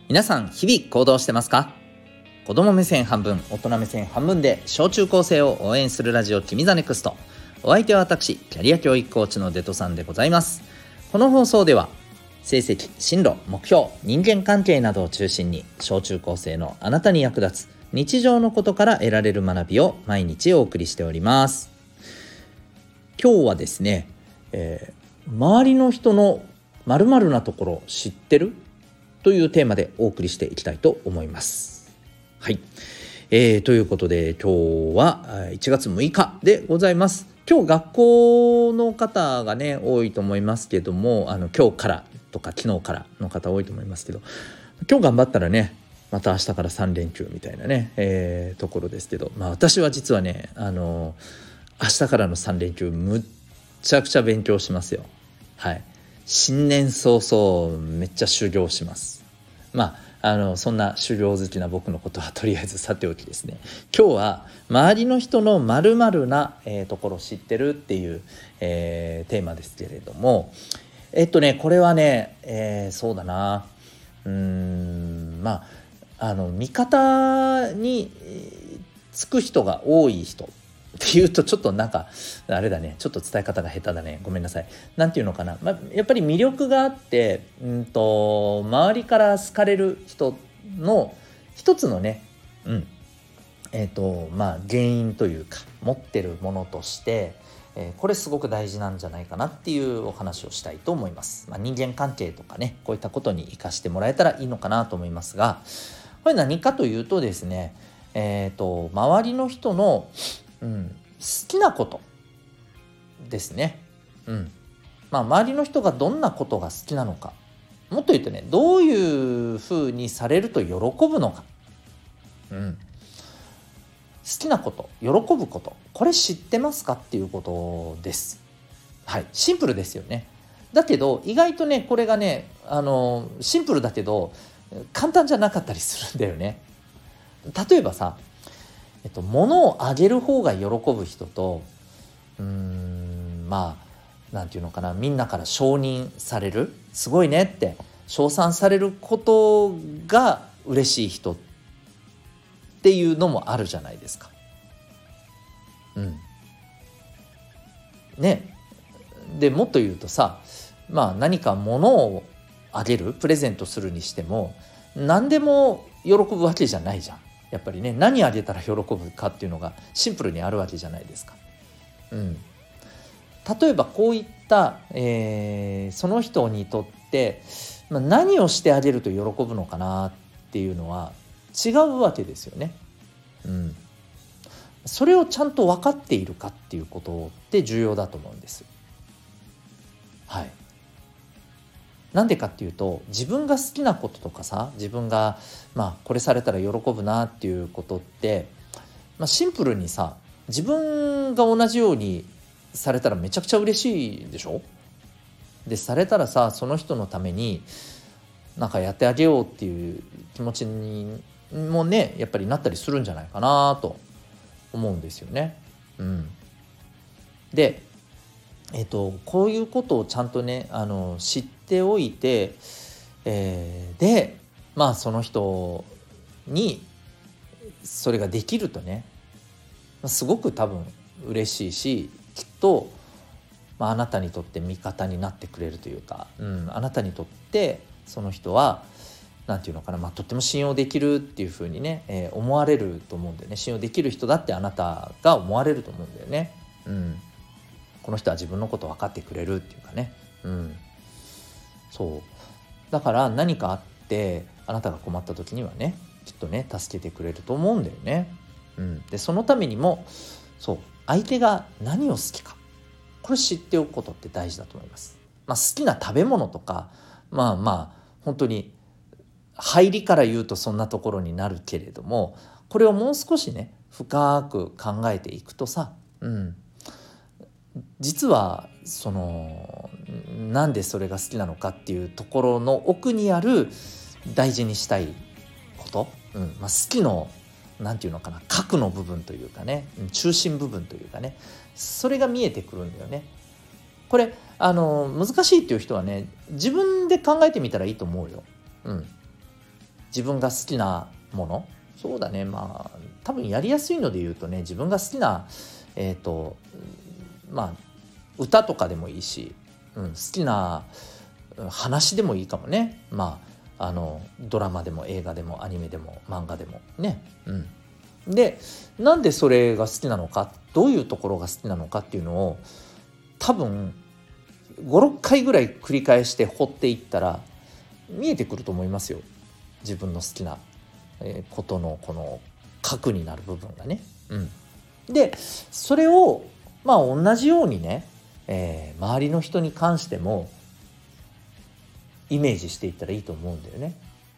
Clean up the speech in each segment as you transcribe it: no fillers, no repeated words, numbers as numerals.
皆さん日々行動してますか？子供目線半分、大人目線半分で小中高生を応援するラジオ君ザネクスト。お相手は私、キャリア教育コーチのデトさんでございます。この放送では成績、進路、目標、人間関係などを中心に小中高生のあなたに役立つ日常のことから得られる学びを毎日お送りしております。今日はですね、周りの人の〇〇なところ知ってる？というテーマでお送りしていきたいと思います。はい、ということで今日は1月6日でございます。今日学校の方がね多いと思いますけども、今日からとか昨日からの方多いと思いますけど、今日頑張ったらねまた明日から3連休みたいなね、ところですけど、私は実はね明日からの3連休むっちゃくちゃ勉強しますよ。はい、新年早々めっちゃ修行します。そんな修行好きな僕のことはとりあえずさておきですね、今日は周りの人の〇〇な、ところ知ってるっていう、テーマですけれども、これはね、そうだな味方につく人が多い人っていうとちょっとなんかあれだね、ちょっと伝え方が下手だね、ごめんなさい。なんていうのかな、やっぱり魅力があって周りから好かれる人の一つのね原因というか持ってるものとして、これすごく大事なんじゃないかなっていうお話をしたいと思います。人間関係とかね、こういったことに生かしてもらえたらいいのかなと思いますが、これ何かというとですね、周りの人の好きなことですね。周りの人がどんなことが好きなのか、もっと言うとね、どういうふうにされると喜ぶのか、好きなこと、喜ぶこと、これ知ってますかっていうことです。はい、シンプルですよね。だけど意外とねこれがねシンプルだけど簡単じゃなかったりするんだよね。例えばさ、物をあげる方が喜ぶ人となんていうのかな、みんなから承認される、すごいねって称賛されることが嬉しい人っていうのもあるじゃないですか。でもっと言うとさ、何か物をあげる、プレゼントするにしても何でも喜ぶわけじゃないじゃん。やっぱりね、何あげたら喜ぶかっていうのがシンプルにあるわけじゃないですか。例えばこういった、その人にとって、何をしてあげると喜ぶのかなっていうのは違うわけですよね。それをちゃんと分かっているかっていうことって重要だと思うんです。はい。なんでかっていうと、自分が好きなこととかさ、自分がこれされたら喜ぶなっていうことって、シンプルにさ、自分が同じようにされたらめちゃくちゃ嬉しいでしょ。でされたらさ、その人のためになんかやってあげようっていう気持ちにもねやっぱりなったりするんじゃないかなと思うんですよね。でこういうことをちゃんとね知っておいて、でその人にそれができるとね、すごく多分嬉しいし、きっと、あなたにとって味方になってくれるというか、あなたにとってその人はなんていうのかな、とっても信用できるっていうふうにね、思われると思うんだよね。信用できる人だってあなたが思われると思うんだよね。この人は自分のこと分かってくれるっていうかね。そうだから何かあってあなたが困った時にはね、きっとね助けてくれると思うんだよね。でそのためにも相手が何を好きか、これ知っておくことって大事だと思います。好きな食べ物とか本当に入りから言うとそんなところになるけれども、これをもう少しね深く考えていくとさ、実はなんでそれが好きなのかっていうところの奥にある大事にしたいこと、好きのなんていうのかな、核の部分というかね、中心部分というかね、それが見えてくるんだよね。これ難しいっていう人はね、自分で考えてみたらいいと思うよ。 自分が好きなもの、そうだね、多分やりやすいので言うとね、自分が好きな歌とかでもいいし、好きな話でもいいかもね。ドラマでも映画でもアニメでも漫画でもね。で、なんでそれが好きなのか、どういうところが好きなのかっていうのを多分5、6回ぐらい繰り返して掘っていったら見えてくると思いますよ。自分の好きなことのこの核になる部分がね。で、それを同じようにね、周りの人に関してもイメージしていったらいいと思うんだよね。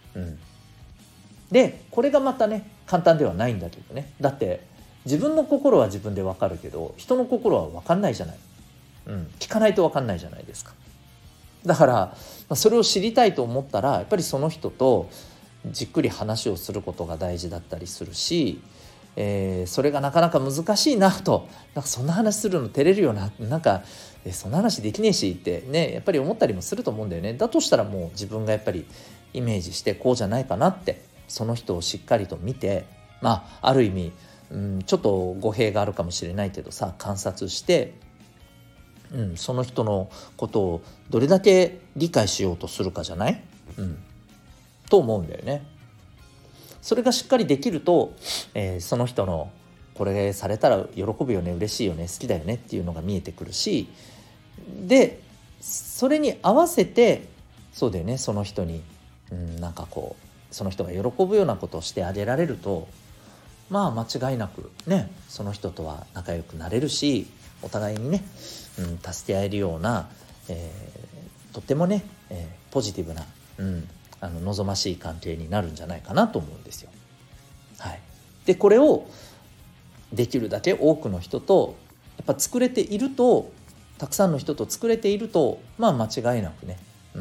で、これがまたね、簡単ではないんだけどね。だって自分の心は自分で分かるけど、人の心は分かんないじゃない。聞かないと分かんないじゃないですか。だからそれを知りたいと思ったら、やっぱりその人とじっくり話をすることが大事だったりするし、それがなかなか難しいなと、そんな話するの照れるよな、そんな話できねえしってね、やっぱり思ったりもすると思うんだよね。だとしたらもう自分がやっぱりイメージしてこうじゃないかなって、その人をしっかりと見て、ある意味、ちょっと語弊があるかもしれないけどさ、観察して、その人のことをどれだけ理解しようとするかじゃない、と思うんだよね。それがしっかりできると、その人のこれされたら喜ぶよね、嬉しいよね、好きだよねっていうのが見えてくるし、でそれに合わせて、そうだよね、その人にその人が喜ぶようなことをしてあげられると、間違いなくね、その人とは仲良くなれるし、お互いにね、助け合えるような、とってもね、ポジティブな、望ましい関係になるんじゃないかなと思うんですよ。でこれをできるだけ多くの人とやっぱ作れていると、たくさんの人と作れていると、間違いなくね、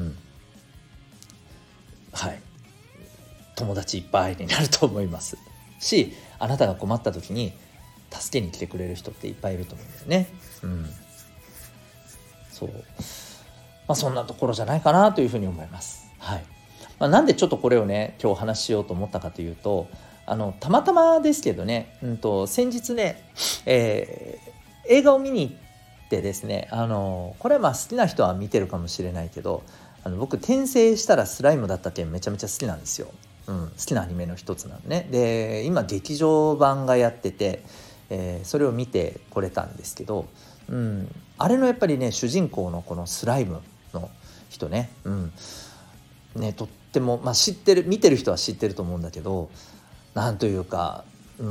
友達いっぱいになると思いますし、あなたが困った時に助けに来てくれる人っていっぱいいると思うんだよね。そんなところじゃないかなというふうに思います。なんでちょっとこれをね、今日お話ししようと思ったかというと、たまたまですけどね、先日ね、映画を見に行ってですね、これは好きな人は見てるかもしれないけど、僕転生したらスライムだった件めちゃめちゃ好きなんですよ。好きなアニメの一つなのね。で今劇場版がやってて、それを見てこれたんですけど、あれのやっぱりね、主人公のこのスライムの人ね、とっても、知ってる、見てる人は知ってると思うんだけど、なんというか、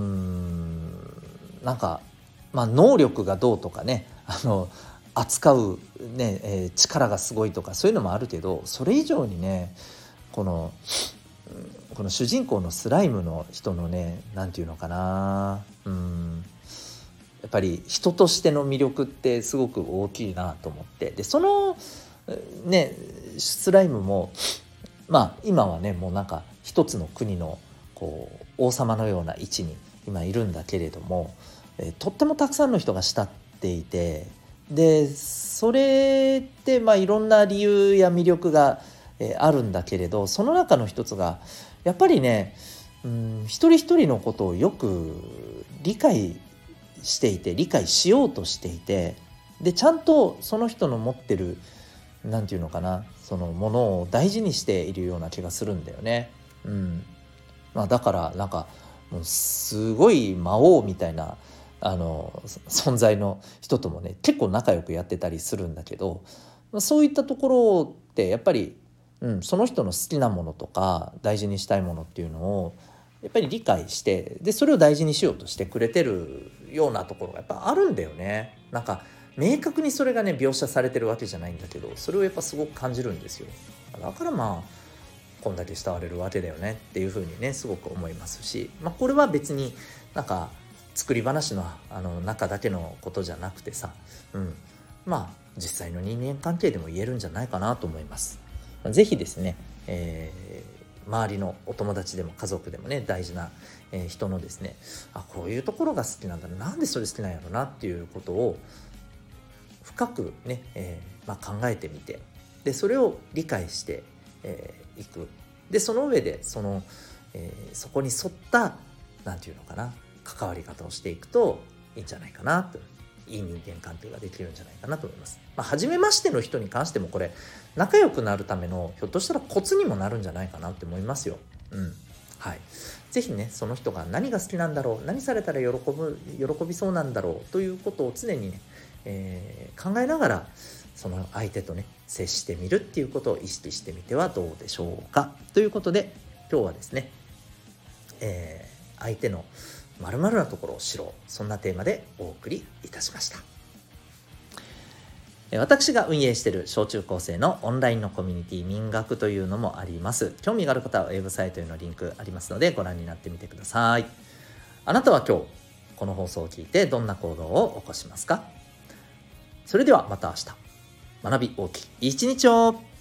能力がどうとかね、扱うね、力がすごいとかそういうのもあるけど、それ以上にね、この主人公のスライムの人のね、なんていうのかな、やっぱり人としての魅力ってすごく大きいなと思って、でそのねスライムも今はね、もう一つの国の王様のような位置に今いるんだけれども、とってもたくさんの人が慕っていて、でそれっていろんな理由や魅力があるんだけれど、その中の一つがやっぱりね、一人一人のことをよく理解していて、理解しようとしていて、でちゃんとその人の持ってるなんていうのかな、そのものを大事にしているような気がするんだよね。だからもうすごい魔王みたいな存在の人ともね、結構仲良くやってたりするんだけど、そういったところってやっぱり、その人の好きなものとか大事にしたいものっていうのをやっぱり理解して、でそれを大事にしようとしてくれてるようなところがやっぱあるんだよね。明確にそれがね描写されてるわけじゃないんだけど、それをやっぱすごく感じるんですよ。だからこんだけ慕われるわけだよねっていうふうにね、すごく思いますし、これは別に作り話の中だけのことじゃなくてさ、実際の人間関係でも言えるんじゃないかなと思います。ぜひですね、周りのお友達でも家族でもね、大事な、人のですね、こういうところが好きなんだな、なんでそれ好きなんやろなっていうことを深くね、考えてみて、でそれを理解していく。 でその上でそこに沿ったなんていうのかな関わり方をしていくといいんじゃないかなと、いい人間関係ができるんじゃないかなと思います。初めましての人に関してもこれ仲良くなるためのひょっとしたらコツにもなるんじゃないかなって思いますよ。はい。ぜひねその人が何が好きなんだろう、何されたら喜びそうなんだろうということを常にね、考えながらその相手とね接してみるっていうことを意識してみてはどうでしょうかということで、今日はですね、相手の〇〇なところを知ろう、そんなテーマでお送りいたしました。私が運営している小中高生のオンラインのコミュニティ民学というのもあります。興味がある方はウェブサイトへのリンクありますのでご覧になってみてください。あなたは今日この放送を聞いてどんな行動を起こしますか？それではまた明日、学び大きい一日を。